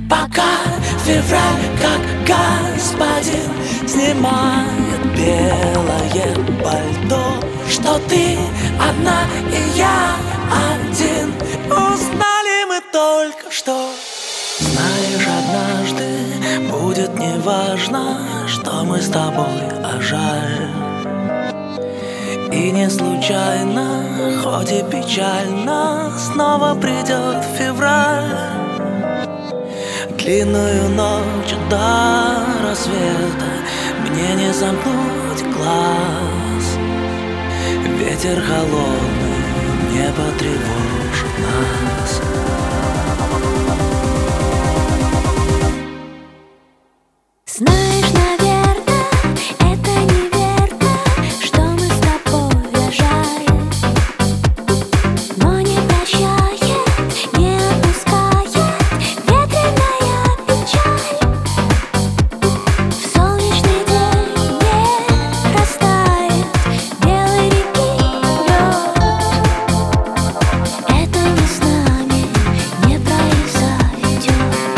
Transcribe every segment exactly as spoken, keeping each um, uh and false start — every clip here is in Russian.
Пока февраль, как господин, снимает белое пальто, что ты одна и я один. Узнали мы только что. Знаешь, однажды будет неважно, что мы с тобой, а жаль. И не случайно, хоть и печально, снова придет февраль. Длинную ночь до рассвета мне не замкнуть глаз. Ветер холодный не потревожит нас. Знаешь, наверное, это неверно, что мы с тобой, а жаль. Но не прощает, не отпускает ветреная печаль. В солнечный день не растает белой реки лед. Это с нами не произойдет.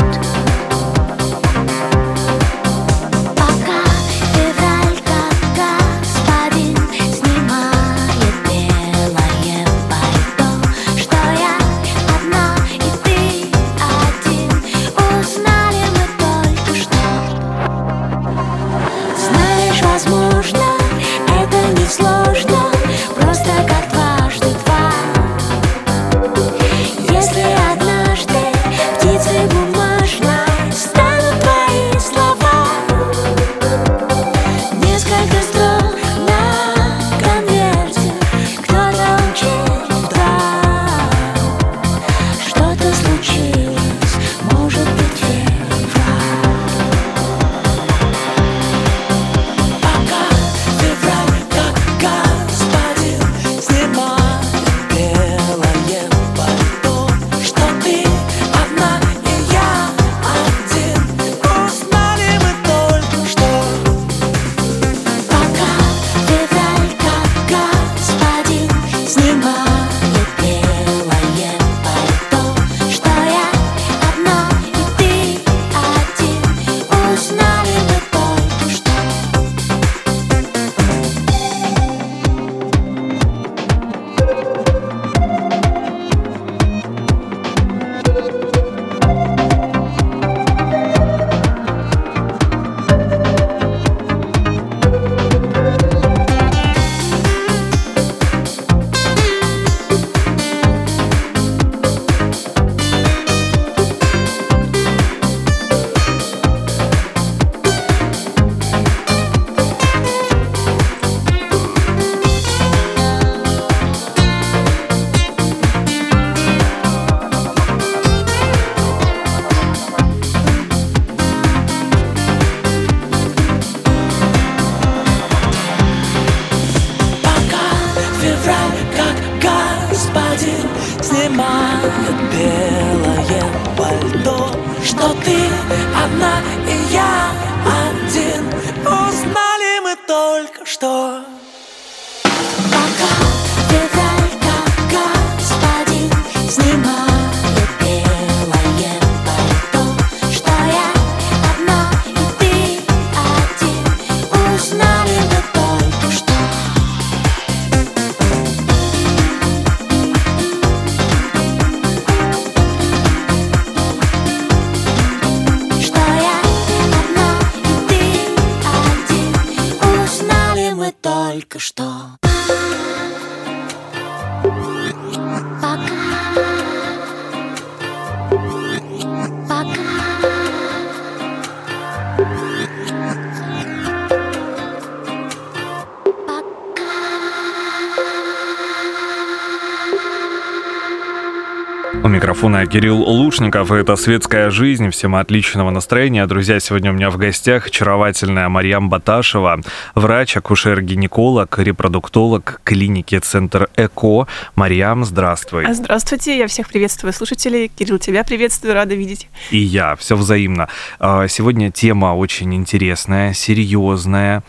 Снимает белое пальто, что ты одна и я один. Узнали мы только что. Пока февраль, как господин, снимает белое пальто, что я одна и ты один. Узнали мы только что. Только что. Пока. Пока. У микрофона Кирилл Лушников, и это «Светская жизнь». Всем отличного настроения. Друзья, сегодня у меня в гостях очаровательная Марьям Баташева, врач, акушер-гинеколог, репродуктолог клиники «Центр ЭКО». Марьям, здравствуй. Здравствуйте, я всех приветствую слушателей. Кирилл, тебя приветствую, рада видеть. И я, все взаимно. Сегодня тема очень интересная, серьезная.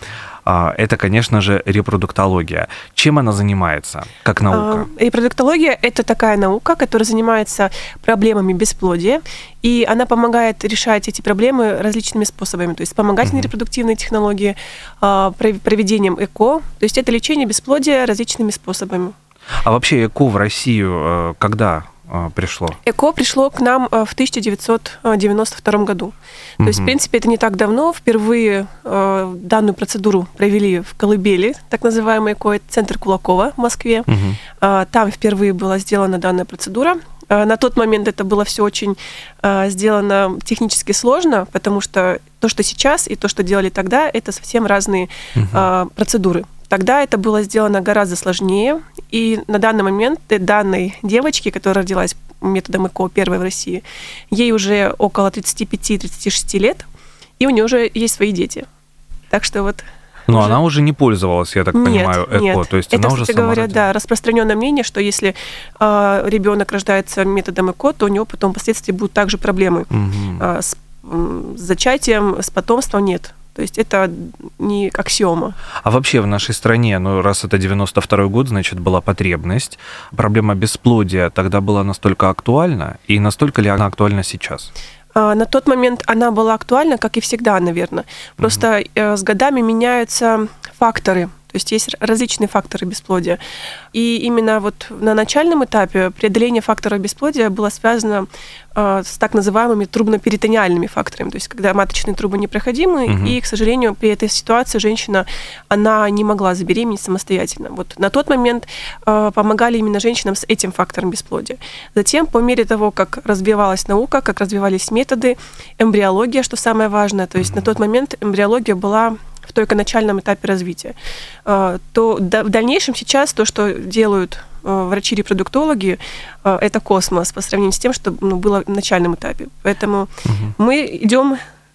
это, конечно же, репродуктология. Чем она занимается как наука? Репродуктология – это такая наука, которая занимается проблемами бесплодия, и она помогает решать эти проблемы различными способами, то есть вспомогательные uh-huh. репродуктивные технологии, проведением ЭКО, то есть это лечение бесплодия различными способами. А вообще ЭКО в Россию когда пришло? ЭКО пришло к нам в тысяча девятьсот девяносто втором году. То mm-hmm. есть, в принципе, это не так давно. Впервые э, данную процедуру провели в Колыбели, так называемый ЭКО, это центр Кулакова в Москве. Mm-hmm. Э, там впервые была сделана данная процедура. Э, на тот момент это было все очень э, сделано технически сложно, потому что то, что сейчас, и то, что делали тогда, это совсем разные mm-hmm. э, процедуры. Тогда это было сделано гораздо сложнее, и на данный момент данной девочке, которая родилась методом ЭКО первой в России, ей уже около тридцать пять - тридцать шесть лет, и у нее уже есть свои дети. Так что вот... Но уже... она уже не пользовалась, я так нет, понимаю, ЭКО. Нет. То есть это, она уже кстати сама говоря, родила. да, распространенное мнение, что если э, ребенок рождается методом ЭКО, то у него потом впоследствии будут также проблемы угу. э, с, э, с зачатием, с потомством. Нет. То есть это не аксиома. А вообще в нашей стране, ну раз это девяносто второй год, значит, была потребность. Проблема бесплодия тогда была настолько актуальна, и настолько ли она актуальна сейчас? На тот момент она была актуальна, как и всегда, наверное. Просто mm-hmm. с годами меняются факторы. То есть есть различные факторы бесплодия. И именно вот на начальном этапе преодоление фактора бесплодия было связано э, с так называемыми трубно-перитониальными факторами. То есть когда маточные трубы непроходимы, угу. и, к сожалению, при этой ситуации женщина, она не могла забеременеть самостоятельно. Вот на тот момент э, помогали именно женщинам с этим фактором бесплодия. Затем, по мере того, как развивалась наука, как развивались методы, эмбриология, что самое важное, то есть угу. на тот момент эмбриология была в только начальном этапе развития, то в дальнейшем сейчас то, что делают врачи-репродуктологи, это космос по сравнению с тем, что было в начальном этапе. Поэтому угу. мы идем,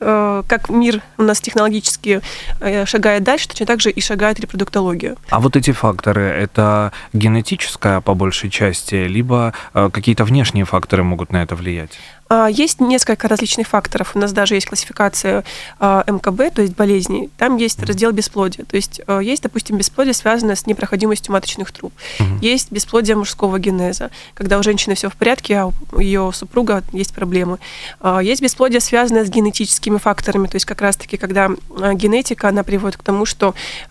как мир у нас технологически шагает дальше, точно так же и шагает репродуктология. А вот эти факторы, это генетическая по большей части, либо какие-то внешние факторы могут на это влиять? Есть несколько различных факторов. У нас даже есть классификация эм ка бэ, то есть болезней. Там есть раздел бесплодия. То есть есть, допустим, бесплодие, связанное с непроходимостью маточных труб. Uh-huh. Есть бесплодие мужского генеза, когда у женщины все в порядке, а у ее супруга есть проблемы. Есть бесплодие, связанное с генетическими факторами. То есть как раз-таки, когда генетика, она приводит к тому, что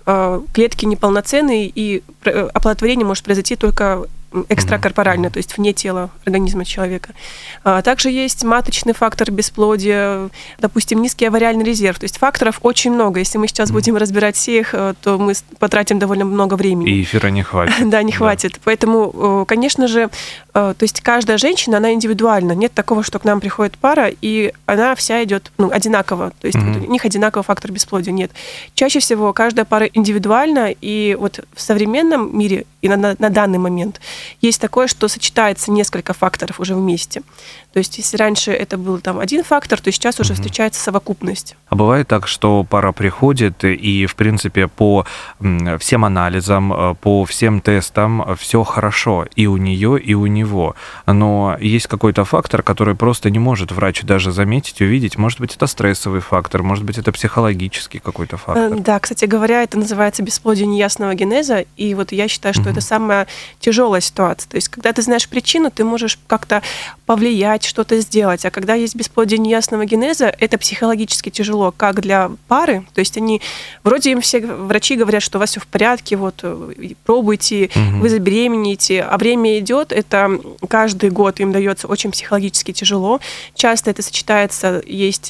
клетки неполноценные, и оплодотворение может произойти только экстракорпорально, то есть вне тела организма человека. А также есть маточный фактор бесплодия, допустим, низкий овариальный резерв. То есть факторов очень много. Если мы сейчас будем разбирать все их, то мы потратим довольно много времени. И эфира не хватит. Да, не хватит. Поэтому, конечно же, то есть каждая женщина, она индивидуальна. Нет такого, что к нам приходит пара, и она вся идет ну, одинаково. То есть mm-hmm. у них одинаковый фактор бесплодия. Нет. Чаще всего каждая пара индивидуальна, и вот в современном мире и на, на данный момент есть такое, что сочетается несколько факторов уже вместе. То есть если раньше это был там один фактор, то сейчас уже mm-hmm. встречается совокупность. А бывает так, что пара приходит, и, в принципе, по всем анализам, по всем тестам все хорошо и у нее, и у него. Но есть какой-то фактор, который просто не может врач даже заметить, увидеть. Может быть, это стрессовый фактор, может быть, это психологический какой-то фактор. Да, кстати говоря, это называется бесплодие неясного генеза, и вот я считаю, что mm-hmm. это самая тяжелая ситуация. То есть, когда ты знаешь причину, ты можешь как-то повлиять, что-то сделать. А когда есть бесплодие неясного генеза, это психологически тяжело, как для пары. То есть они, вроде им все врачи говорят, что у вас все в порядке, вот пробуйте, угу. вы забеременеете, а время идет, это каждый год им дается очень психологически тяжело. Часто это сочетается, есть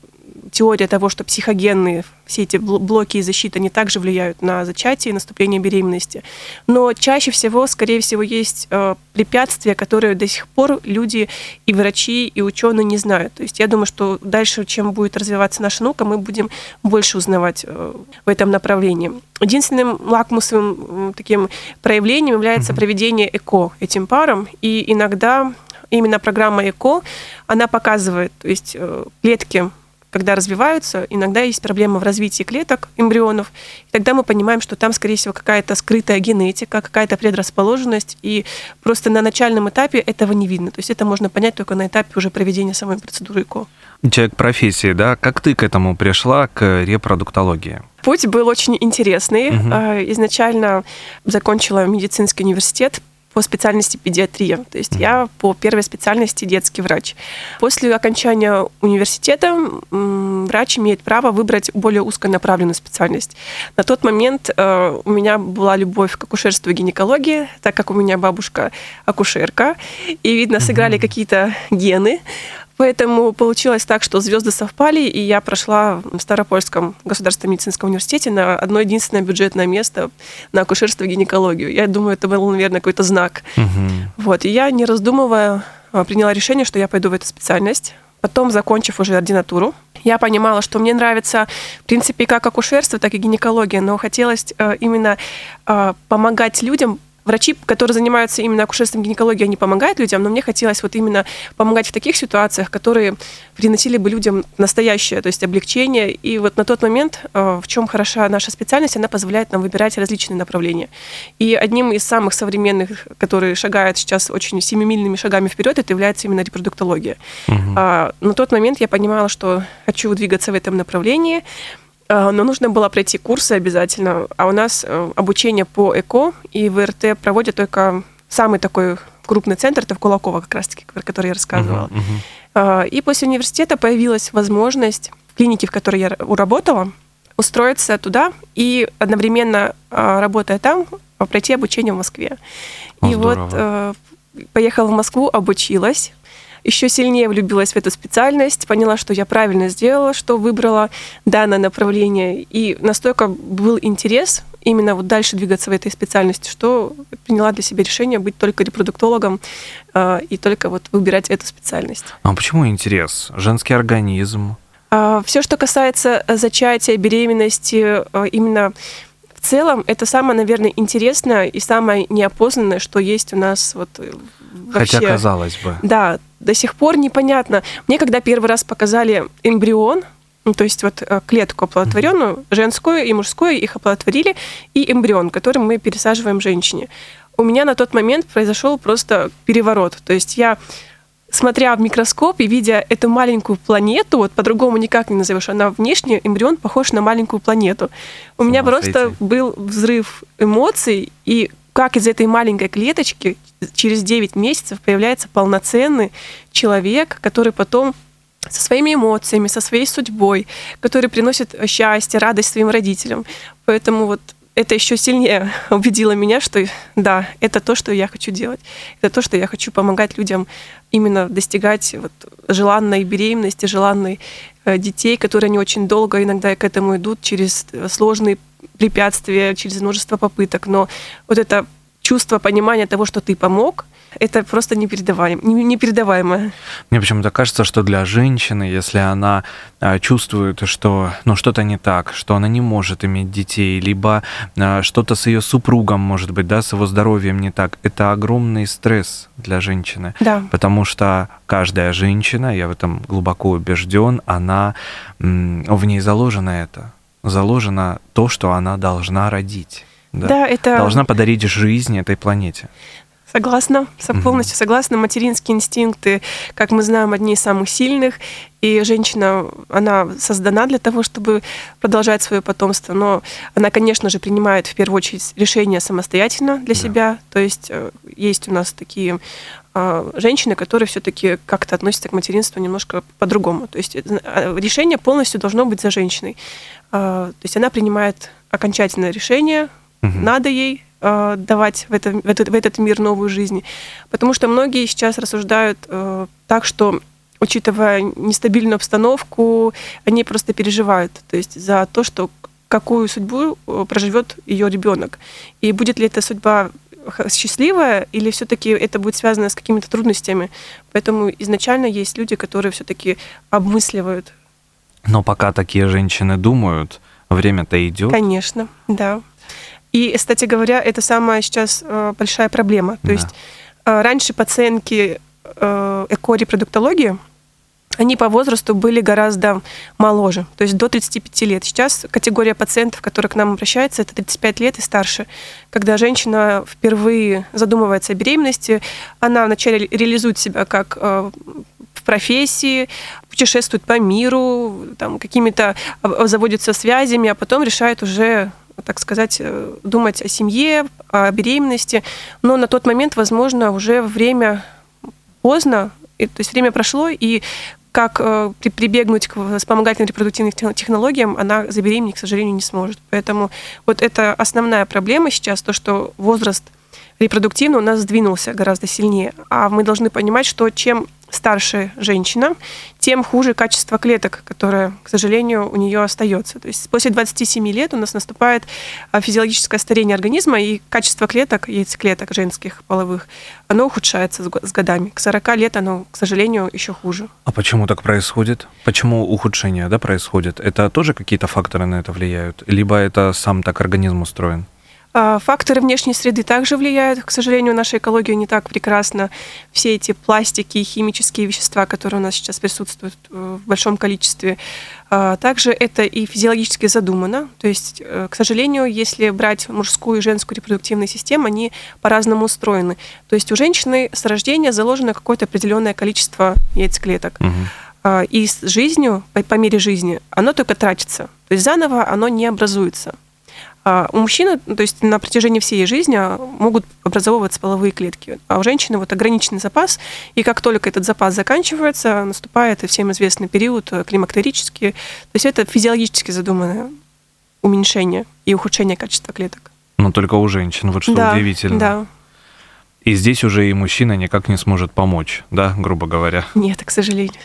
теория того, что психогенные все эти блоки и защита, они также влияют на зачатие и наступление беременности. Но чаще всего, скорее всего, есть э, препятствия, которые до сих пор люди и врачи, и ученые не знают. То есть я думаю, что дальше, чем будет развиваться наша наука, мы будем больше узнавать э, в этом направлении. Единственным лакмусовым э, таким проявлением является mm-hmm. проведение ЭКО этим парам, и иногда именно программа ЭКО, она показывает, то есть э, клетки, когда развиваются, иногда есть проблема в развитии клеток, эмбрионов, и тогда мы понимаем, что там, скорее всего, какая-то скрытая генетика, какая-то предрасположенность, и просто на начальном этапе этого не видно. То есть это можно понять только на этапе уже проведения самой процедуры ЭКО. Человек профессии, да? Как ты к этому пришла, к репродуктологии? Путь был очень интересный. Мгм. Э, Изначально закончила медицинский университет по специальности педиатрия. То есть Мгм. я по первой специальности детский врач. После окончания университета м, врач имеет право выбрать более узконаправленную специальность. На тот момент э, у меня была любовь к акушерству и гинекологии, так как у меня бабушка акушерка, и, видно, сыграли Мгм. какие-то гены. Поэтому получилось так, что звезды совпали, и я прошла в Ставропольском государственном медицинском университете на одно единственное бюджетное место на акушерство и гинекологию. Я думаю, это был, наверное, какой-то знак. Мгм. Вот, и я, не раздумывая, а, приняла решение, что я пойду в эту специальность. Потом, закончив уже ординатуру, я понимала, что мне нравится, в принципе, как акушерство, так и гинекология, но хотелось э, именно э, помогать людям. Врачи, которые занимаются именно акушерством и гинекологией, они помогают людям, но мне хотелось вот именно помогать в таких ситуациях, которые приносили бы людям настоящее, то есть облегчение. И вот на тот момент, э, в чем хороша наша специальность, она позволяет нам выбирать различные направления. И одним из самых современных, который шагает сейчас очень семимильными шагами вперед, это является именно репродуктология. Мгм. А, на тот момент я понимала, что хочу двигаться в этом направлении, а, но нужно было пройти курсы обязательно. А у нас э, обучение по ЭКО и ВРТ проводят только самый такой крупный центр, это в Кулаково как раз-таки, про который я рассказывала. Мгм. Мгм. А, И после университета появилась возможность в клинике, в которой я р- работала, устроиться туда и одновременно, а, работая там, а, пройти обучение в Москве. О, И вот здорово. э, поехала в Москву, обучилась, еще сильнее влюбилась в эту специальность, поняла, что я правильно сделала, что выбрала данное направление. И настолько был интерес именно вот дальше двигаться в этой специальности, что приняла для себя решение быть только репродуктологом э, и только вот выбирать эту специальность. А почему интерес? Женский организм. Все, что касается э, зачатия, беременности, э, именно в целом, это самое, наверное, интересное и самое неопознанное, что есть у нас вот э, вообще. Хотя, казалось бы. Да, до сих пор непонятно. Мне когда первый раз показали эмбрион, ну, то есть вот э, клетку оплодотворенную, женскую и мужскую, их оплодотворили, и эмбрион, который мы пересаживаем женщине. У меня на тот момент произошел просто переворот. То есть я, смотря в микроскоп и видя эту маленькую планету, вот по-другому никак не назовешь, она внешне, эмбрион похож на маленькую планету. У С меня ума просто сойти. был взрыв эмоций, и как из этой маленькой клеточки через девять месяцев появляется полноценный человек, который потом со своими эмоциями, со своей судьбой, который приносит счастье, радость своим родителям. Поэтому вот это еще сильнее убедило меня, что да, это то, что я хочу делать. Это то, что я хочу помогать людям именно достигать вот желанной беременности, желанной э, детей, которые не очень долго иногда к этому идут через сложные препятствия, через множество попыток. Но вот это чувство понимания того, что ты помог, это просто непередаваемо. непередаваемое. Мне почему-то кажется, что для женщины, если она а, чувствует, что ну, что-то не так, что она не может иметь детей, либо а, что-то с ее супругом, может быть, да, с его здоровьем не так, это огромный стресс для женщины. Да. Потому что каждая женщина, я в этом глубоко убежден, она, м, в ней заложено это. Заложено то, что она должна родить. Да? Да, это... Должна подарить жизнь этой планете. Согласна, со- полностью согласна. Материнские инстинкты, как мы знаем, одни из самых сильных. И женщина, она создана для того, чтобы продолжать свое потомство. Но она, конечно же, принимает в первую очередь решения самостоятельно для Да. себя. То есть э, есть у нас такие э, женщины, которые все-таки как-то относятся к материнству немножко по-другому. То есть э, решение полностью должно быть за женщиной. Э, То есть она принимает окончательное решение, Мгм. надо ей э, давать в, это, в, этот, в этот мир новую жизнь. Потому что многие сейчас рассуждают э, так, что, учитывая нестабильную обстановку, они просто переживают, то есть за то, что какую судьбу э, проживет ее ребенок. И будет ли эта судьба х- счастливая, или все-таки это будет связано с какими-то трудностями. Поэтому изначально есть люди, которые все-таки обмысливают. Но пока такие женщины думают, время-то идет. Конечно, да. И, кстати говоря, это самая сейчас э, большая проблема. То Да. есть э, раньше пациентки э, эко-репродуктологии, они по возрасту были гораздо моложе, то есть до тридцати пяти лет. Сейчас категория пациентов, которые к нам обращаются, это тридцать пять лет и старше. Когда женщина впервые задумывается о беременности, она вначале реализует себя как э, в профессии, путешествуют по миру, там, какими-то заводятся связями, а потом решают уже, так сказать, думать о семье, о беременности. Но на тот момент, возможно, уже время поздно, то есть время прошло, и как прибегнуть к вспомогательным репродуктивным технологиям, она забеременеть, к сожалению, не сможет. Поэтому вот это основная проблема сейчас, то, что возраст репродуктивно у нас сдвинулся гораздо сильнее. А мы должны понимать, что чем старше женщина, тем хуже качество клеток, которое, к сожалению, у нее остается. То есть после двадцати семи лет у нас наступает физиологическое старение организма, и качество клеток, яйцеклеток женских половых, оно ухудшается с годами. К сорока лет оно, к сожалению, еще хуже. А почему так происходит? Почему ухудшение, да, происходит? Это тоже какие-то факторы на это влияют? Либо это сам так организм устроен? Факторы внешней среды также влияют. К сожалению, наша экология не так прекрасна. Все эти пластики и химические вещества, которые у нас сейчас присутствуют в большом количестве. Также это и физиологически задумано. То есть, к сожалению, если брать мужскую и женскую репродуктивную систему, они по-разному устроены. То есть у женщины с рождения заложено какое-то определенное количество яйцеклеток. Угу. И с жизнью, по мере жизни, оно только тратится. То есть заново оно не образуется. А у мужчины, то есть на протяжении всей жизни могут образовываться половые клетки, а у женщины вот ограниченный запас, и как только этот запас заканчивается, наступает всем известный период климактерический, то есть это физиологически задуманное уменьшение и ухудшение качества клеток. Но только у женщин, вот что да, удивительно. Да. И здесь уже и мужчина никак не сможет помочь, да, грубо говоря? Нет, к сожалению.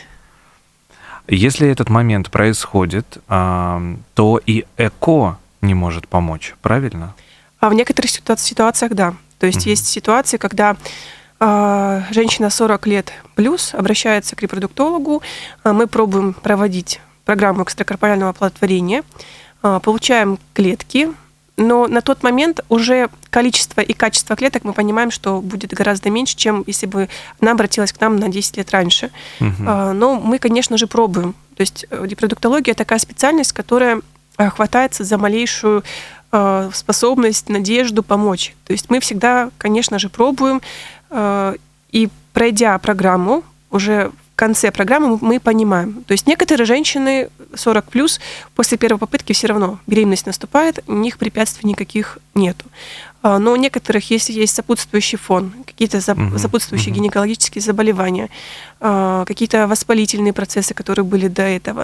Если этот момент происходит, то и ЭКО не может помочь, правильно? А в некоторых ситуациях, да. То есть угу. есть ситуации, когда э, женщина сорок лет плюс обращается к репродуктологу, э, мы пробуем проводить программу экстракорпорального оплодотворения, э, получаем клетки, но на тот момент уже количество и качество клеток мы понимаем, что будет гораздо меньше, чем если бы она обратилась к нам на десять лет раньше. Угу. Э, но мы, конечно же, пробуем. То есть репродуктология – такая специальность, которая хватается за малейшую э, способность, надежду помочь. То есть мы всегда, конечно же, пробуем, э, и пройдя программу, уже в конце программы мы понимаем. То есть некоторые женщины сорок плюс, после первой попытки все равно беременность наступает, у них препятствий никаких нету. Но у некоторых, если есть сопутствующий фон, какие-то uh-huh. сопутствующие uh-huh. гинекологические заболевания, э, какие-то воспалительные процессы, которые были до этого,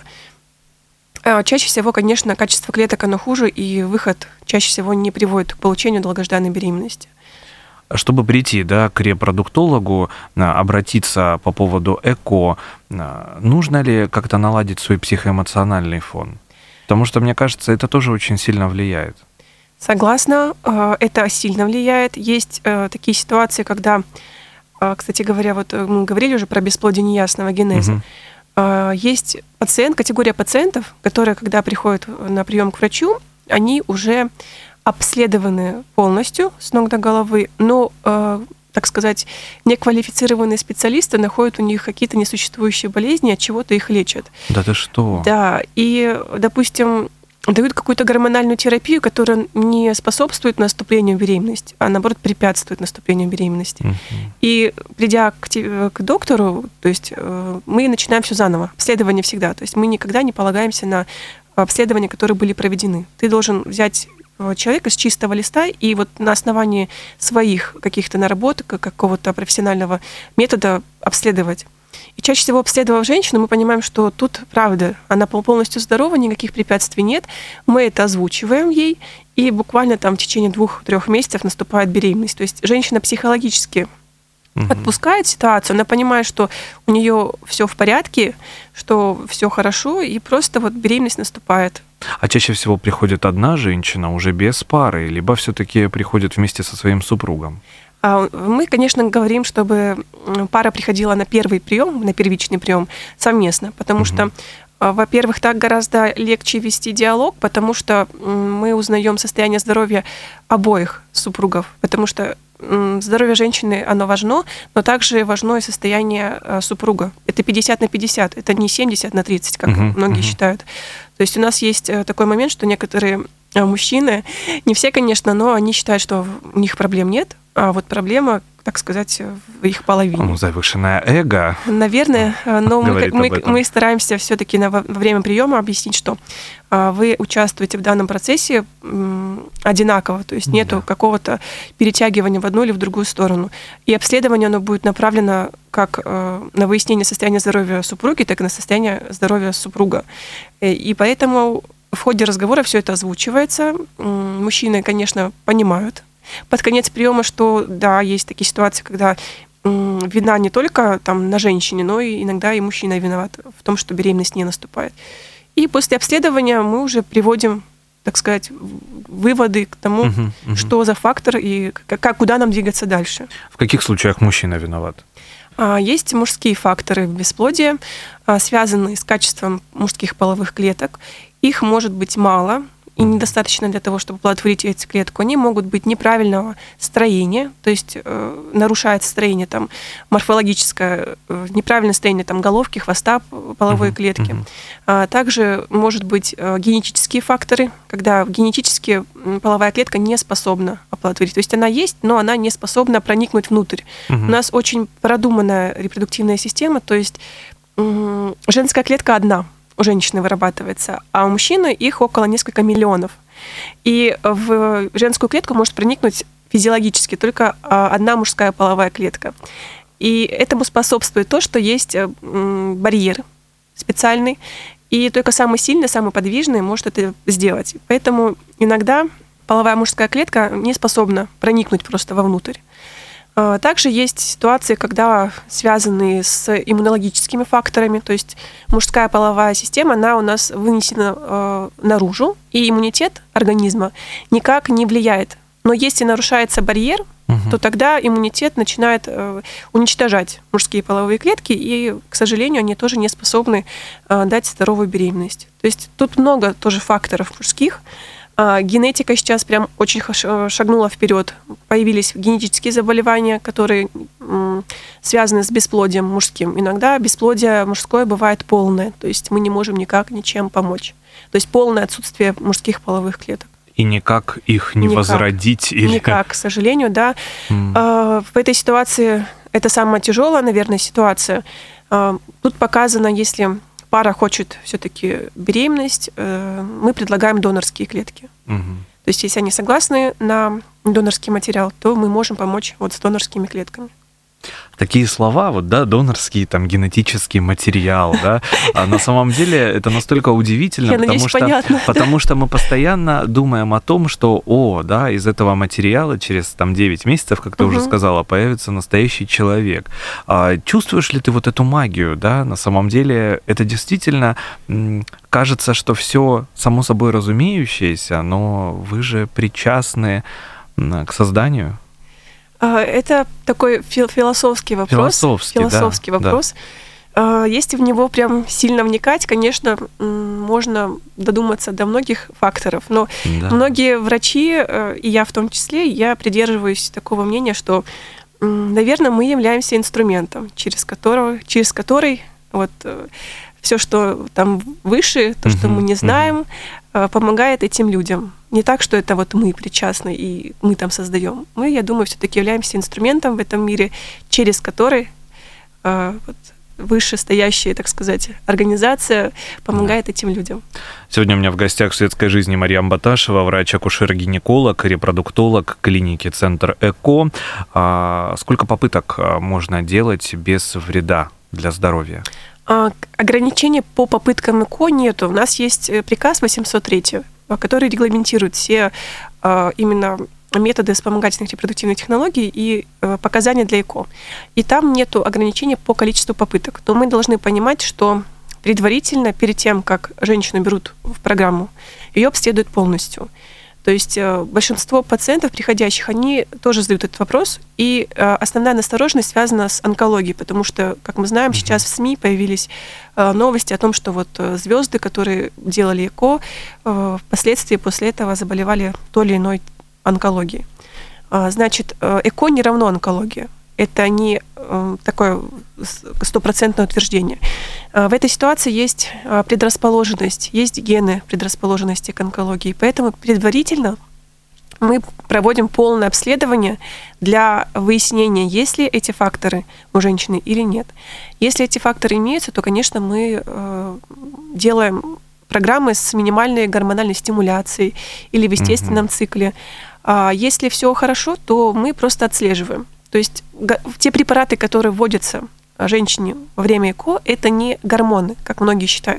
чаще всего, конечно, качество клеток оно хуже, и выход чаще всего не приводит к получению долгожданной беременности. Чтобы прийти, да, к репродуктологу, обратиться по поводу ЭКО, нужно ли как-то наладить свой психоэмоциональный фон? Потому что, мне кажется, это тоже очень сильно влияет. Согласна, это сильно влияет. Есть такие ситуации, когда, кстати говоря, вот мы говорили уже про бесплодие неясного генеза. Угу. Есть пациент, категория пациентов, которые, когда приходят на прием к врачу, они уже обследованы полностью с ног до головы, но, так сказать, неквалифицированные специалисты находят у них какие-то несуществующие болезни, от чего-то их лечат. Да ты что? Да, и, допустим, дают какую-то гормональную терапию, которая не способствует наступлению беременности, а наоборот препятствует наступлению беременности. Uh-huh. И придя к, к доктору, то есть мы начинаем все заново. Обследование всегда. То есть мы никогда не полагаемся на обследования, которые были проведены. Ты должен взять человека с чистого листа и вот на основании своих каких-то наработок, какого-то профессионального метода обследовать. И чаще всего, обследовав женщину, мы понимаем, что тут, правда, она полностью здорова, никаких препятствий нет. Мы это озвучиваем ей, и буквально там в течение двух-трех месяцев наступает беременность. То есть женщина психологически угу. отпускает ситуацию, она понимает, что у нее все в порядке, что все хорошо, и просто вот беременность наступает. А чаще всего приходит одна женщина уже без пары, либо все-таки приходит вместе со своим супругом? Мы, конечно, говорим, чтобы пара приходила на первый прием, на первичный прием совместно, потому угу. что, во-первых, так гораздо легче вести диалог, потому что мы узнаем состояние здоровья обоих супругов, потому что здоровье женщины, оно важно, но также важно и состояние супруга. Это пятьдесят на пятьдесят, это не семьдесят на тридцать, как uh-huh, многие uh-huh. считают. То есть у нас есть такой момент, что некоторые мужчины, не все, конечно, но они считают, что у них проблем нет, а вот проблема так сказать, в их половине. Ну, завышенное эго. Наверное, но мы, мы, об этом. мы стараемся все-таки во время приема объяснить, что вы участвуете в данном процессе одинаково, то есть нету да. какого-то перетягивания в одну или в другую сторону. И обследование оно будет направлено как на выяснение состояния здоровья супруги, так и на состояние здоровья супруга. И поэтому в ходе разговора все это озвучивается. Мужчины, конечно, понимают под конец приема, что да, есть такие ситуации, когда вина не только там на женщине, но и иногда и мужчина виноват в том, что беременность не наступает. И после обследования мы уже приводим, так сказать, выводы к тому, uh-huh, uh-huh. что за фактор и как, куда нам двигаться дальше. В каких случаях мужчина виноват? Есть мужские факторы бесплодия, связанные с качеством мужских половых клеток. Их может быть мало и недостаточно для того, чтобы оплодотворить яйцеклетку. Они могут быть неправильного строения, то есть э, нарушается строение там, морфологическое, э, неправильное строение там, головки, хвоста половой uh-huh, клетки. Uh-huh. А также может быть э, генетические факторы, когда генетически половая клетка не способна оплодотворить. То есть она есть, но она не способна проникнуть внутрь. Uh-huh. У нас очень продуманная репродуктивная система, то есть э, женская клетка одна у женщины вырабатывается, а у мужчины их около несколько миллионов. И в женскую клетку может проникнуть физиологически только одна мужская половая клетка. И этому способствует то, что есть барьер специальный, и только самый сильный, самый подвижный может это сделать. Поэтому иногда половая мужская клетка не способна проникнуть просто вовнутрь. Также есть ситуации, когда связанные с иммунологическими факторами, то есть мужская половая система, она у нас вынесена э, наружу, и иммунитет организма никак не влияет. Но если нарушается барьер, угу. то тогда иммунитет начинает э, уничтожать мужские половые клетки, и, к сожалению, они тоже не способны э, дать здоровую беременность. То есть тут много тоже факторов мужских. Генетика сейчас прям очень шагнула вперед. Появились генетические заболевания, которые связаны с бесплодием мужским. Иногда бесплодие мужское бывает полное, то есть мы не можем никак ничем помочь. То есть полное отсутствие мужских половых клеток. И никак их не никак. возродить? Или... Никак, к сожалению, да. Mm. В этой ситуации, это самая тяжелая, наверное, ситуация. Тут показано, если... пара хочет все-таки беременность, мы предлагаем донорские клетки. Угу. То есть, если они согласны на донорский материал, то мы можем помочь вот с донорскими клетками. Такие слова, вот, да, донорский, там, генетический материал, да, а на самом деле это настолько удивительно, Я потому, надеюсь, что, понятно. потому что мы постоянно думаем о том, что, о, да, из этого материала через там девять месяцев, как ты угу. уже сказала, появится настоящий человек. А чувствуешь ли ты вот эту магию, да, на самом деле это действительно кажется, что все само собой разумеющееся, но вы же причастны к созданию. Это такой философский вопрос. Философский, философский да, вопрос. Да. Если в него прям сильно вникать, конечно, можно додуматься до многих факторов. Но да. многие врачи, и я в том числе, я придерживаюсь такого мнения, что, наверное, мы являемся инструментом, через которого, через который вот все, что там выше, то, что uh-huh, мы не знаем, uh-huh. помогает этим людям. Не так, что это вот мы причастны и мы там создаем. Мы, я думаю, все-таки являемся инструментом в этом мире, через который э, вот, вышестоящая, так сказать, организация помогает да. этим людям. Сегодня у меня в гостях в светской жизни Марьям Баташева, врач-акушер-гинеколог, репродуктолог клиники «Центр ЭКО». А сколько попыток можно делать без вреда для здоровья? Ограничений по попыткам ЭКО нету. У нас есть приказ восемьсот три, который регламентирует все именно методы вспомогательных репродуктивных технологий и показания для ЭКО. И там нету ограничений по количеству попыток. Но мы должны понимать, что предварительно, перед тем, как женщину берут в программу, ее обследуют полностью. То есть большинство пациентов, приходящих, они тоже задают этот вопрос. И основная настороженность связана с онкологией, потому что, как мы знаем, сейчас в СМИ появились новости о том, что вот звезды, которые делали ЭКО, впоследствии после этого заболевали той или иной онкологией. Значит, ЭКО не равно онкология. Это не такое стопроцентное утверждение. В этой ситуации есть предрасположенность, есть гены предрасположенности к онкологии. Поэтому предварительно мы проводим полное обследование для выяснения, есть ли эти факторы у женщины или нет. Если эти факторы имеются, то, конечно, мы э, делаем программы с минимальной гормональной стимуляцией или в естественном mm-hmm. цикле. А если все хорошо, то мы просто отслеживаем. То есть те препараты, которые вводятся женщине во время ЭКО, это не гормоны, как многие считают.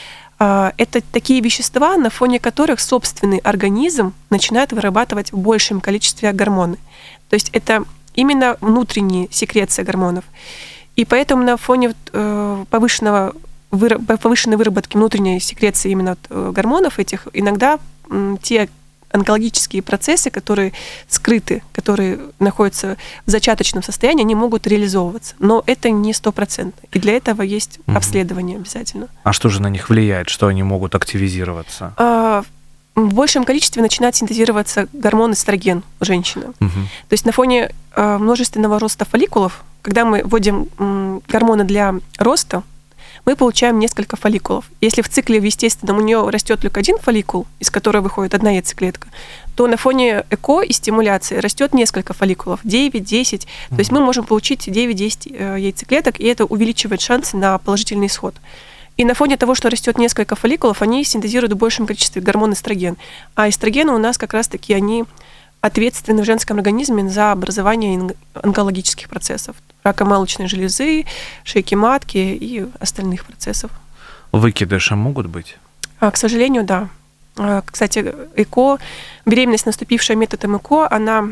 Это такие вещества, на фоне которых собственный организм начинает вырабатывать в большем количестве гормоны. То есть это именно внутренняя секреция гормонов. И поэтому на фоне повышенного, повышенной выработки внутренней секреции именно гормонов этих, иногда те онкологические процессы, которые скрыты, которые находятся в зачаточном состоянии, они могут реализовываться. Но это не стопроцентно. И для этого есть угу. обследование обязательно. А что же на них влияет, что они могут активизироваться? А, в большем количестве начинает синтезироваться гормон эстроген у женщины. Угу. То есть на фоне а, множественного роста фолликулов, когда мы вводим м, гормоны для роста, мы получаем несколько фолликулов. Если в цикле в естественном у нее растет только один фолликул, из которого выходит одна яйцеклетка, то на фоне ЭКО и стимуляции растет несколько фолликулов, девять, десять. Mm-hmm. То есть мы можем получить девять-десять яйцеклеток, и это увеличивает шансы на положительный исход. И на фоне того, что растет несколько фолликулов, они синтезируют в большем количестве гормон эстроген. А эстрогены у нас как раз-таки они ответственны в женском организме за образование онкологических процессов. Рака молочной железы, шейки матки и остальных процессов. Выкидыши могут быть? А, к сожалению, да. А, кстати, ЭКО, беременность, наступившая методом ЭКО, она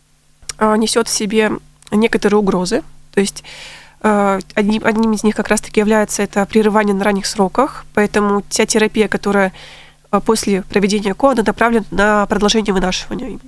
а, несет в себе некоторые угрозы. То есть а, одним, одним из них как раз-таки является это прерывание на ранних сроках. Поэтому вся терапия, которая а, после проведения ЭКО, она направлена на продолжение вынашивания именно.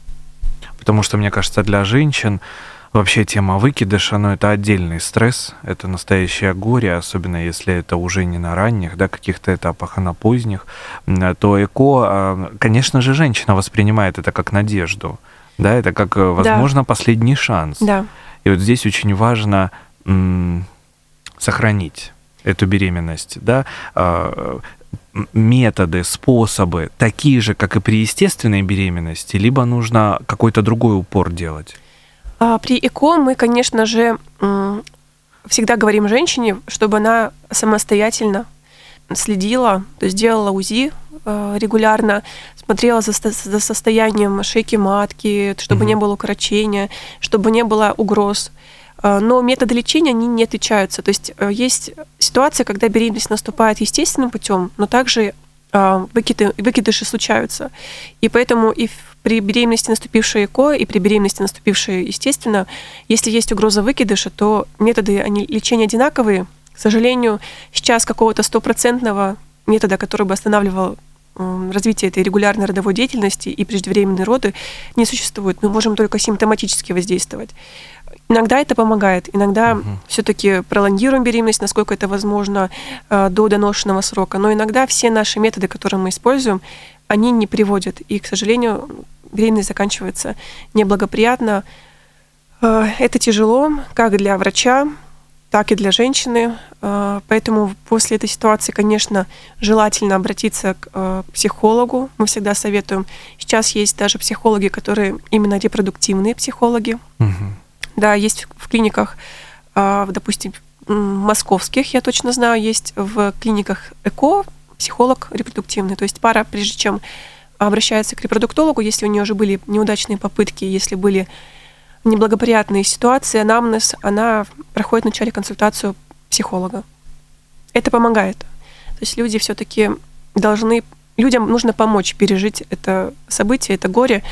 Потому что, мне кажется, для женщин вообще тема выкидыша, ну, это отдельный стресс, это настоящее горе, особенно если это уже не на ранних, да, каких-то этапах, а на поздних, то ЭКО, конечно же, женщина воспринимает это как надежду, да, это как, возможно, да. последний шанс. Да. И вот здесь очень важно м- сохранить эту беременность, да, методы, способы такие же, как и при естественной беременности, либо нужно какой-то другой упор делать? При ЭКО мы, конечно же, всегда говорим женщине, чтобы она самостоятельно следила, то есть делала УЗИ регулярно, смотрела за, за состоянием шейки матки, чтобы mm-hmm. не было укорочения, чтобы не было угроз. Но методы лечения, они не отличаются. То есть есть ситуация, когда беременность наступает естественным путем, но также выкиды, выкидыши случаются. И поэтому и при беременности, наступившей ЭКО, и при беременности, наступившей естественно, если есть угроза выкидыша, то методы они, лечения одинаковые. К сожалению, сейчас какого-то стопроцентного метода, который бы останавливал развитие этой регулярной родовой деятельности и преждевременные роды, не существует. Мы можем только симптоматически воздействовать. Иногда это помогает, иногда угу. все-таки пролонгируем беременность, насколько это возможно, до доношенного срока. Но иногда все наши методы, которые мы используем, они не приводят. И, к сожалению, беременность заканчивается неблагоприятно. Это тяжело как для врача, так и для женщины. Поэтому после этой ситуации, конечно, желательно обратиться к психологу. Мы всегда советуем. Сейчас есть даже психологи, которые именно репродуктивные психологи. Угу. Да, есть в клиниках, допустим, московских, я точно знаю, есть в клиниках ЭКО психолог репродуктивный. То есть пара, прежде чем обращается к репродуктологу, если у нее уже были неудачные попытки, если были неблагоприятные ситуации, анамнез, она проходит вначале консультацию психолога. Это помогает. То есть люди все-таки должны, людям нужно помочь пережить это событие, это горе,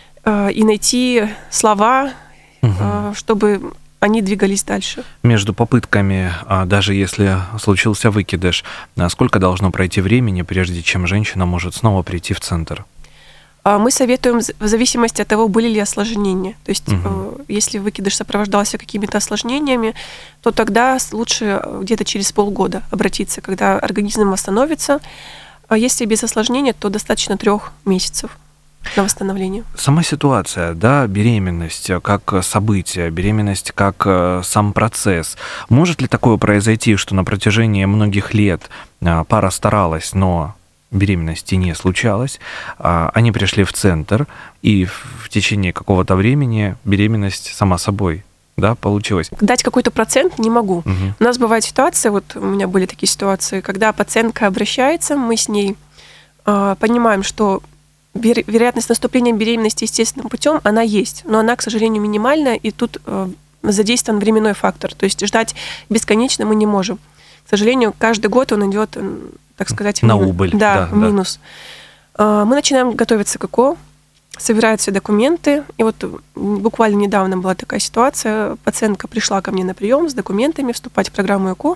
и найти слова, угу. чтобы они двигались дальше. Между попытками, даже если случился выкидыш, сколько должно пройти времени, прежде чем женщина может снова прийти в центр? Мы советуем в зависимости от того, были ли осложнения. То есть, угу. если выкидыш сопровождался какими-то осложнениями, то тогда лучше где-то через полгода обратиться, когда организм восстановится. А если без осложнений, то достаточно трех месяцев на восстановление. Сама ситуация, да, беременность как событие, беременность как сам процесс. Может ли такое произойти, что на протяжении многих лет пара старалась, но беременности не случалось. Они пришли в центр, и в течение какого-то времени беременность сама собой, да, получилась. Дать какой-то процент не могу. Угу. У нас бывает ситуация, вот у меня были такие ситуации, когда пациентка обращается, мы с ней э, понимаем, что веро- вероятность наступления беременности естественным путем, она есть, но она, к сожалению, минимальная, и тут э, задействован временной фактор. То есть ждать бесконечно мы не можем. К сожалению, каждый год он идет, так сказать, в на минус. убыль. Да, Да, в минус. Да. Мы начинаем готовиться к ЭКО, собирают все документы. И вот буквально недавно была такая ситуация. Пациентка пришла ко мне на прием с документами, вступать в программу ЭКО.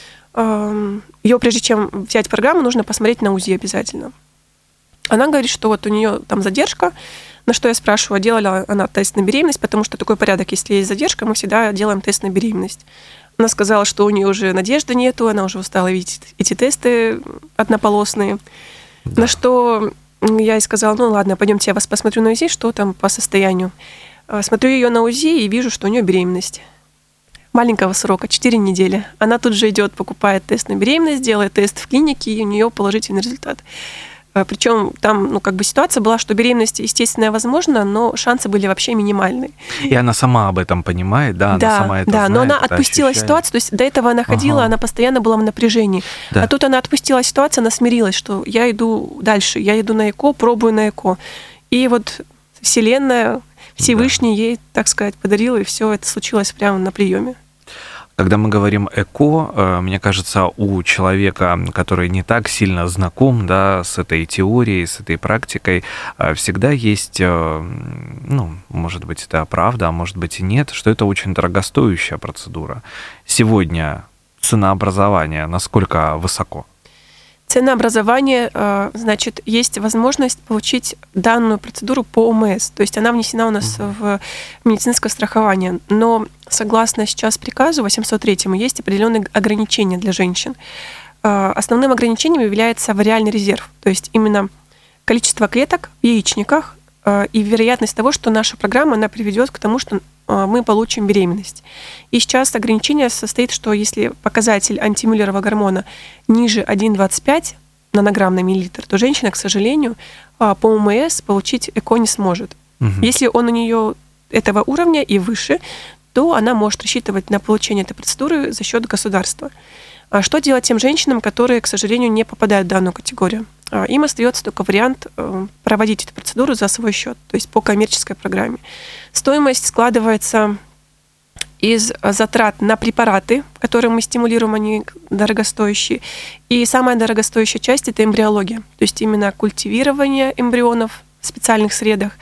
Ее, прежде чем взять программу, нужно посмотреть на УЗИ обязательно. Она говорит, что вот у нее там задержка. На что я спрашиваю, делала она тест на беременность, потому что такой порядок, если есть задержка, мы всегда делаем тест на беременность. Она сказала, что у нее уже надежды нету, она уже устала видеть эти тесты однополосные. Да. На что я ей сказала, ну ладно, пойдемте, я вас посмотрю на УЗИ, что там по состоянию. Смотрю ее на УЗИ и вижу, что у нее беременность. Маленького срока, четыре недели. Она тут же идет, покупает тест на беременность, делает тест в клинике, и у нее положительный результат. Причем там, ну, как бы ситуация была, что беременность естественная возможна, но шансы были вообще минимальные. И она сама об этом понимает, да, да, она сама это да, знает. но она это отпустила ощущает. ситуацию, то есть до этого она ходила, ага. она постоянно была в напряжении. Да. А тут она отпустила ситуацию, она смирилась, что я иду дальше, я иду на ЭКО, пробую на ЭКО. И вот Вселенная, Всевышний да. ей, так сказать, подарила, и все это случилось прямо на приеме. Когда мы говорим ЭКО, мне кажется, у человека, который не так сильно знаком, да, с этой теорией, с этой практикой, всегда есть, ну, может быть, это правда, а может быть и нет, что это очень дорогостоящая процедура. Сегодня ценообразование насколько высоко? Ценообразование, значит, есть возможность получить данную процедуру по ОМС, то есть она внесена у нас угу. в медицинское страхование, но согласно сейчас приказу восемьсот третьему есть определенные ограничения для женщин. Основным ограничением является вариальный резерв, то есть именно количество клеток в яичниках и вероятность того, что наша программа она приведет к тому, что мы получим беременность. И сейчас ограничение состоит, что если показатель антимюллерова гормона ниже один целых двадцать пять сотых нанограмм на миллилитр, то женщина, к сожалению, по ОМС получить ЭКО не сможет. Угу. Если он у нее этого уровня и выше, то она может рассчитывать на получение этой процедуры за счет государства. А что делать тем женщинам, которые, к сожалению, не попадают в данную категорию? Им остается только вариант проводить эту процедуру за свой счет, то есть по коммерческой программе. Стоимость складывается из затрат на препараты, которые мы стимулируем, они дорогостоящие. И самая дорогостоящая часть – это эмбриология, то есть именно культивирование эмбрионов в специальных средах,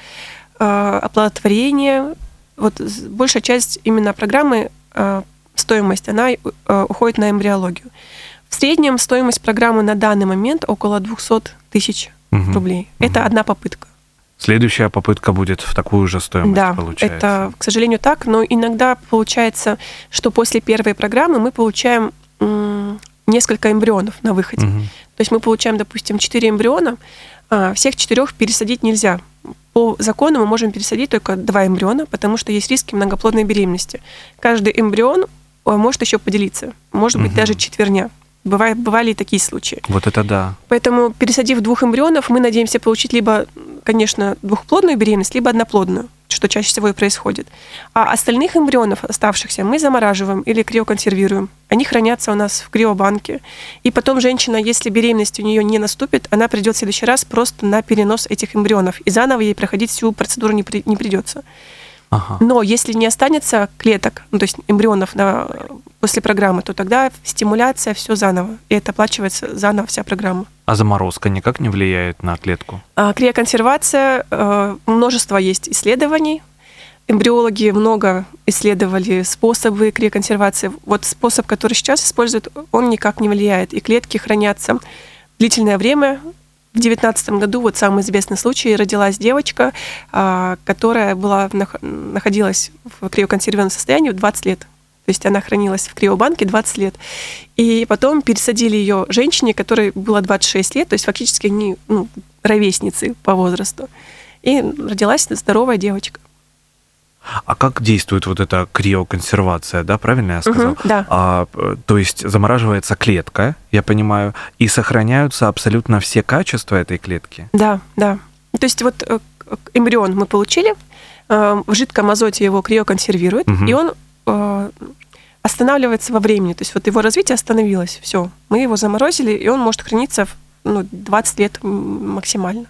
оплодотворение. Вот большая часть именно программы, стоимость, она уходит на эмбриологию. В среднем стоимость программы на данный момент около двести тысяч угу. рублей. Это угу. одна попытка. Следующая попытка будет в такую же стоимость, да, получается. Это, к сожалению, так, но иногда получается, что после первой программы мы получаем м, несколько эмбрионов на выходе. Угу. То есть мы получаем, допустим, четыре эмбриона, а всех четырех пересадить нельзя. По закону мы можем пересадить только два эмбриона, потому что есть риски многоплодной беременности. Каждый эмбрион может еще поделиться, может быть, угу. даже четверня. Бывали, бывали и такие случаи. Вот это да. Поэтому, пересадив двух эмбрионов, мы надеемся получить либо, конечно, двухплодную беременность, либо одноплодную, что чаще всего и происходит. А остальных эмбрионов, оставшихся, мы замораживаем или криоконсервируем. Они хранятся у нас в криобанке. И потом женщина, если беременность у нее не наступит, она придет в следующий раз просто на перенос этих эмбрионов. И заново ей проходить всю процедуру не, при, не придется. Ага. Но если не останется клеток, ну, то есть эмбрионов на, после программы, то тогда стимуляция, все заново. И это оплачивается заново вся программа. А заморозка никак не влияет на клетку? А, криоконсервация, э, множество есть исследований. Эмбриологи много исследовали способы криоконсервации. Вот способ, который сейчас используют, он никак не влияет. И клетки хранятся длительное время. В две тысячи девятнадцатом году вот самый известный случай, родилась девочка, которая была, находилась в криоконсервированном состоянии двадцать лет. То есть она хранилась в криобанке двадцать лет. И потом пересадили ее женщине, которой было двадцать шесть лет, то есть фактически они ну, ровесницы по возрасту. И родилась здоровая девочка. А как действует вот эта криоконсервация, да, правильно я сказал? Угу, да. А, то есть замораживается клетка, я понимаю, и сохраняются абсолютно все качества этой клетки? Да, да. То есть вот эмбрион мы получили, в жидком азоте его криоконсервируют, угу. и он останавливается во времени. То есть вот его развитие остановилось, все. Мы его заморозили, и он может храниться ну, двадцать лет максимально.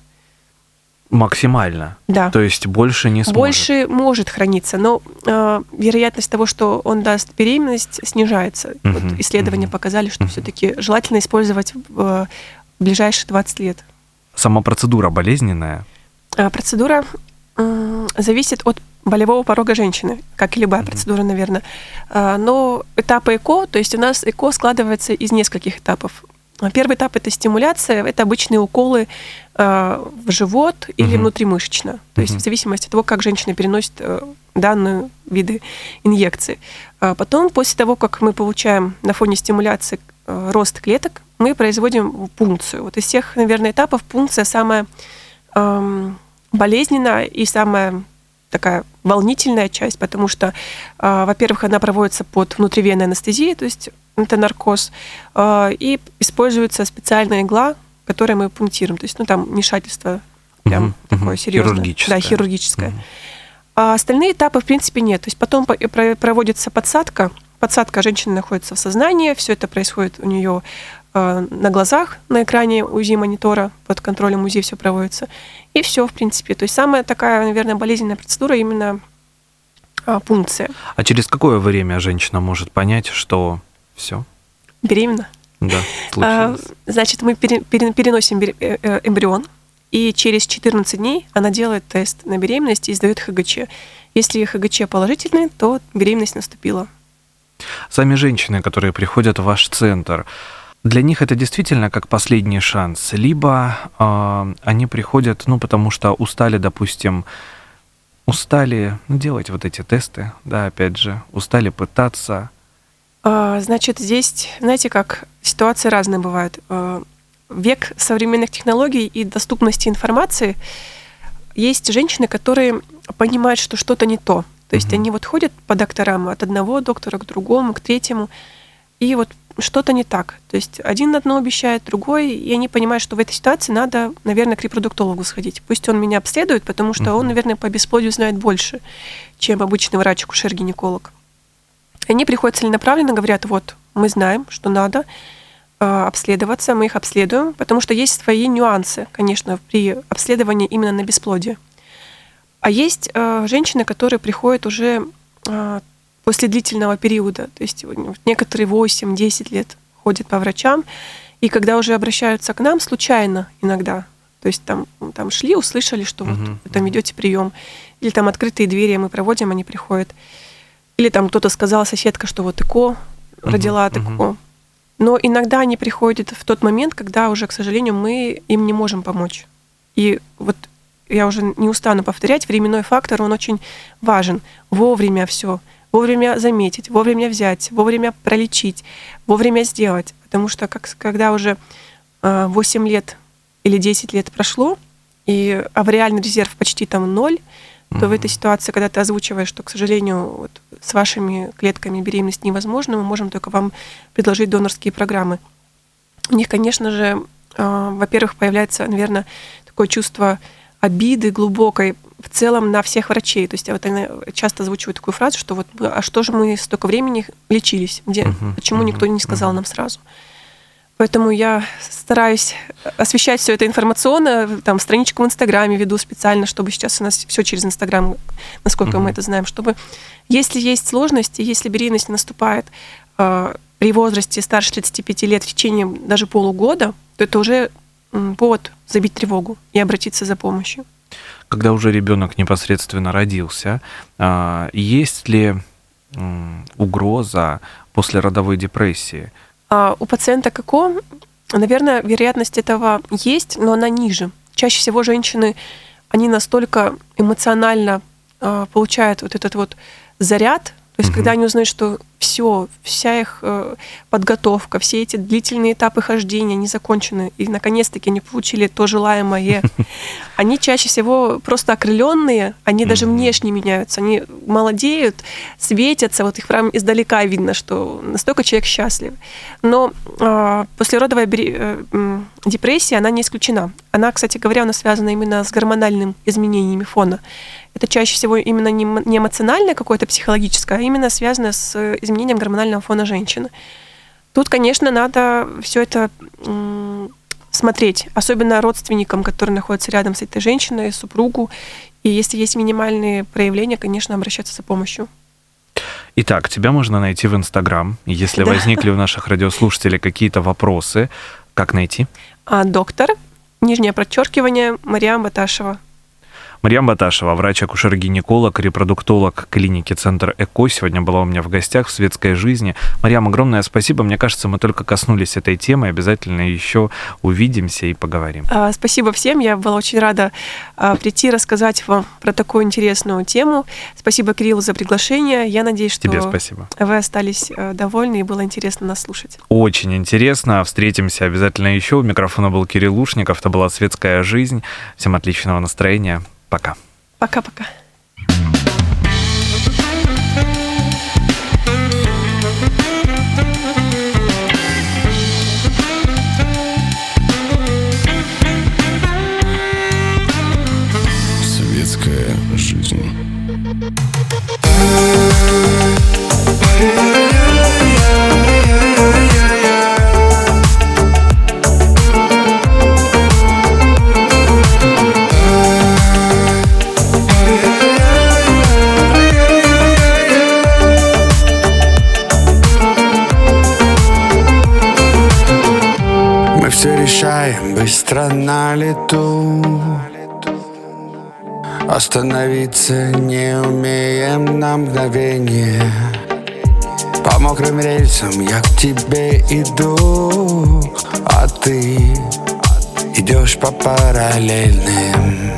Максимально? Да. То есть больше не сможет? Больше может храниться, но э, вероятность того, что он даст беременность, снижается. Uh-huh, вот исследования uh-huh. показали, что uh-huh. все-таки желательно использовать в, в ближайшие двадцать лет. Сама процедура болезненная? А, процедура э, зависит от болевого порога женщины, как и любая uh-huh. процедура, наверное. А, но этапы ЭКО, то есть у нас ЭКО складывается из нескольких этапов. Первый этап – это стимуляция, это обычные уколы э, в живот или uh-huh. внутримышечно, то есть uh-huh. в зависимости от того, как женщина переносит э, данные виды инъекций. А потом, после того, как мы получаем на фоне стимуляции э, рост клеток, мы производим пункцию. Вот из всех, наверное, этапов пункция самая э, болезненная и самая такая волнительная часть, потому что, э, во-первых, она проводится под внутривенной анестезией, то есть это наркоз, э, и используется специальная игла, которой мы пунктируем, то есть, ну, там вмешательство прям угу, такое серьезное. Хирургическое. Да, хирургическое. Угу. А остальные этапы, в принципе, нет. То есть потом проводится подсадка, подсадка, женщина находится в сознании, все это происходит у нее э, на глазах, на экране УЗИ-монитора, под контролем УЗИ все проводится, и все, в принципе. То есть самая такая, наверное, болезненная процедура именно э, пункция. А через какое время женщина может понять, что все? Беременна? Да, случилось. А, значит, мы пере, пере, переносим эмбрион, и через четырнадцать дней она делает тест на беременность и сдает ХГЧ. Если ХГЧ положительный, то беременность наступила. Сами женщины, которые приходят в ваш центр, для них это действительно как последний шанс? Либо э, они приходят, ну, потому что устали, допустим, устали ну, делать вот эти тесты, да, опять же, устали пытаться. А, значит, здесь, знаете, как ситуации разные бывают. Век современных технологий и доступности информации. Есть женщины, которые понимают, что что-то не то. То есть mm-hmm. они вот ходят по докторам от одного доктора к другому, к третьему, и вот что-то не так. То есть один одно обещает, другой, и они понимают, что в этой ситуации надо, наверное, к репродуктологу сходить. Пусть он меня обследует, потому что mm-hmm. он, наверное, по бесплодию знает больше, чем обычный врач, акушер-гинеколог. Они приходят целенаправленно, говорят, вот, мы знаем, что надо э, обследоваться, мы их обследуем, потому что есть свои нюансы, конечно, при обследовании именно на бесплодие. А есть э, женщины, которые приходят уже э, после длительного периода, то есть некоторые восемь-десять лет ходят по врачам, и когда уже обращаются к нам случайно иногда, то есть там, там шли, услышали, что uh-huh. вот вы там ведете прием, или там открытые двери мы проводим, они приходят. Или там кто-то сказал, соседка, что вот ЭКО родила от uh-huh. ЭКО. Но иногда они приходят в тот момент, когда уже, к сожалению, мы им не можем помочь. И вот я уже не устану повторять, временной фактор, он очень важен. Вовремя все, вовремя заметить, вовремя взять, вовремя пролечить, вовремя сделать. Потому что как, когда уже восемь лет или десять лет прошло, и авариальный резерв почти там ноль, то в этой ситуации, когда ты озвучиваешь, что, к сожалению, вот, с вашими клетками беременность невозможна, мы можем только вам предложить донорские программы. У них, конечно же, э, во-первых, появляется, наверное, такое чувство обиды глубокой в целом на всех врачей. То есть вот они часто озвучивают такую фразу, что вот, а что же мы столько времени лечились? Где? Uh-huh, почему uh-huh, никто не сказал uh-huh. нам сразу? Поэтому я стараюсь освещать все это информационно, там страничку в Инстаграме веду специально, чтобы сейчас у нас все через Инстаграм, насколько mm-hmm. мы это знаем, чтобы, если есть сложности, если беременность наступает э, при возрасте старше тридцати пяти лет в течение даже полугода, то это уже м, повод забить тревогу и обратиться за помощью. Когда уже ребенок непосредственно родился, э, есть ли э, угроза послеродовой депрессии? У пациента ККО, наверное, вероятность этого есть, но она ниже. Чаще всего женщины, они настолько эмоционально получают вот этот вот заряд, то есть, угу. когда они узнают, что все, вся их э, подготовка, все эти длительные этапы хождения, они закончены, и наконец-таки они получили то желаемое. Они чаще всего просто окрыленные, они даже внешне меняются, они молодеют, светятся, вот их прям издалека видно, что настолько человек счастлив. Но э, послеродовая бери- э, депрессия, она не исключена. Она, кстати говоря, у нас связана именно с гормональными изменениями фона. Это чаще всего именно не эмоциональное какое-то психологическое, а именно связано с изменением гормонального фона женщины. Тут, конечно, надо все это м- смотреть, особенно родственникам, которые находятся рядом с этой женщиной, супругу. И если есть минимальные проявления, конечно, обращаться за помощью. Итак, тебя можно найти в Инстаграм. Если да. возникли у наших радиослушателей какие-то вопросы, как найти? А, доктор, нижнее подчеркивание, Мариам Баташева. Мариам Баташева, врач-акушер-гинеколог, репродуктолог клиники «Центр ЭКО», сегодня была у меня в гостях в «Светской жизни». Мариам, огромное спасибо. Мне кажется, мы только коснулись этой темы. Обязательно еще увидимся и поговорим. Спасибо всем. Я была очень рада прийти, рассказать вам про такую интересную тему. Спасибо Кириллу за приглашение. Я надеюсь, что Тебе спасибо. Вы остались довольны и было интересно нас слушать. Очень интересно. Встретимся обязательно еще. У микрофона был Кирилл Лушников. Это была «Светская жизнь». Всем отличного настроения. Пока. Пока-пока. Светская жизнь. Все решаем быстро на лету, остановиться не умеем на мгновение. По мокрым рельсам я к тебе иду, а ты идешь по параллельным.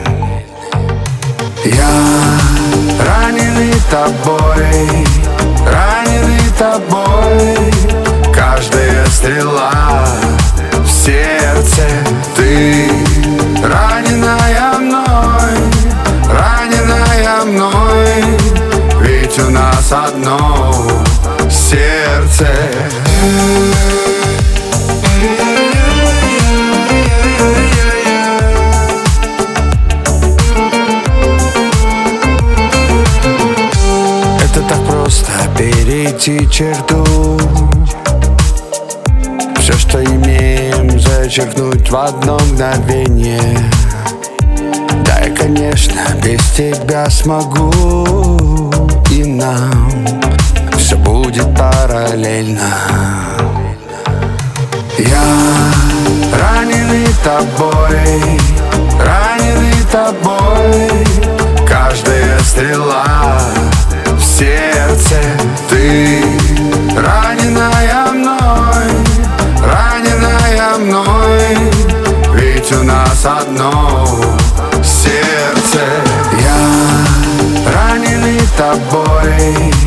Я раненый тобой, раненый тобой. Каждая стрела в сердце, ты раненая мной, раненая мной. Ведь у нас одно сердце. Это так просто перейти черту. Все, что имеем, зачеркнуть в одно мгновение. Да, я, конечно, без тебя смогу, и нам все будет параллельно. Я раненый тобой, раненый тобой. Каждая стрела в сердце, ты раненая мной, раненая мной. Ведь у нас одно сердце. Я раненый тобой,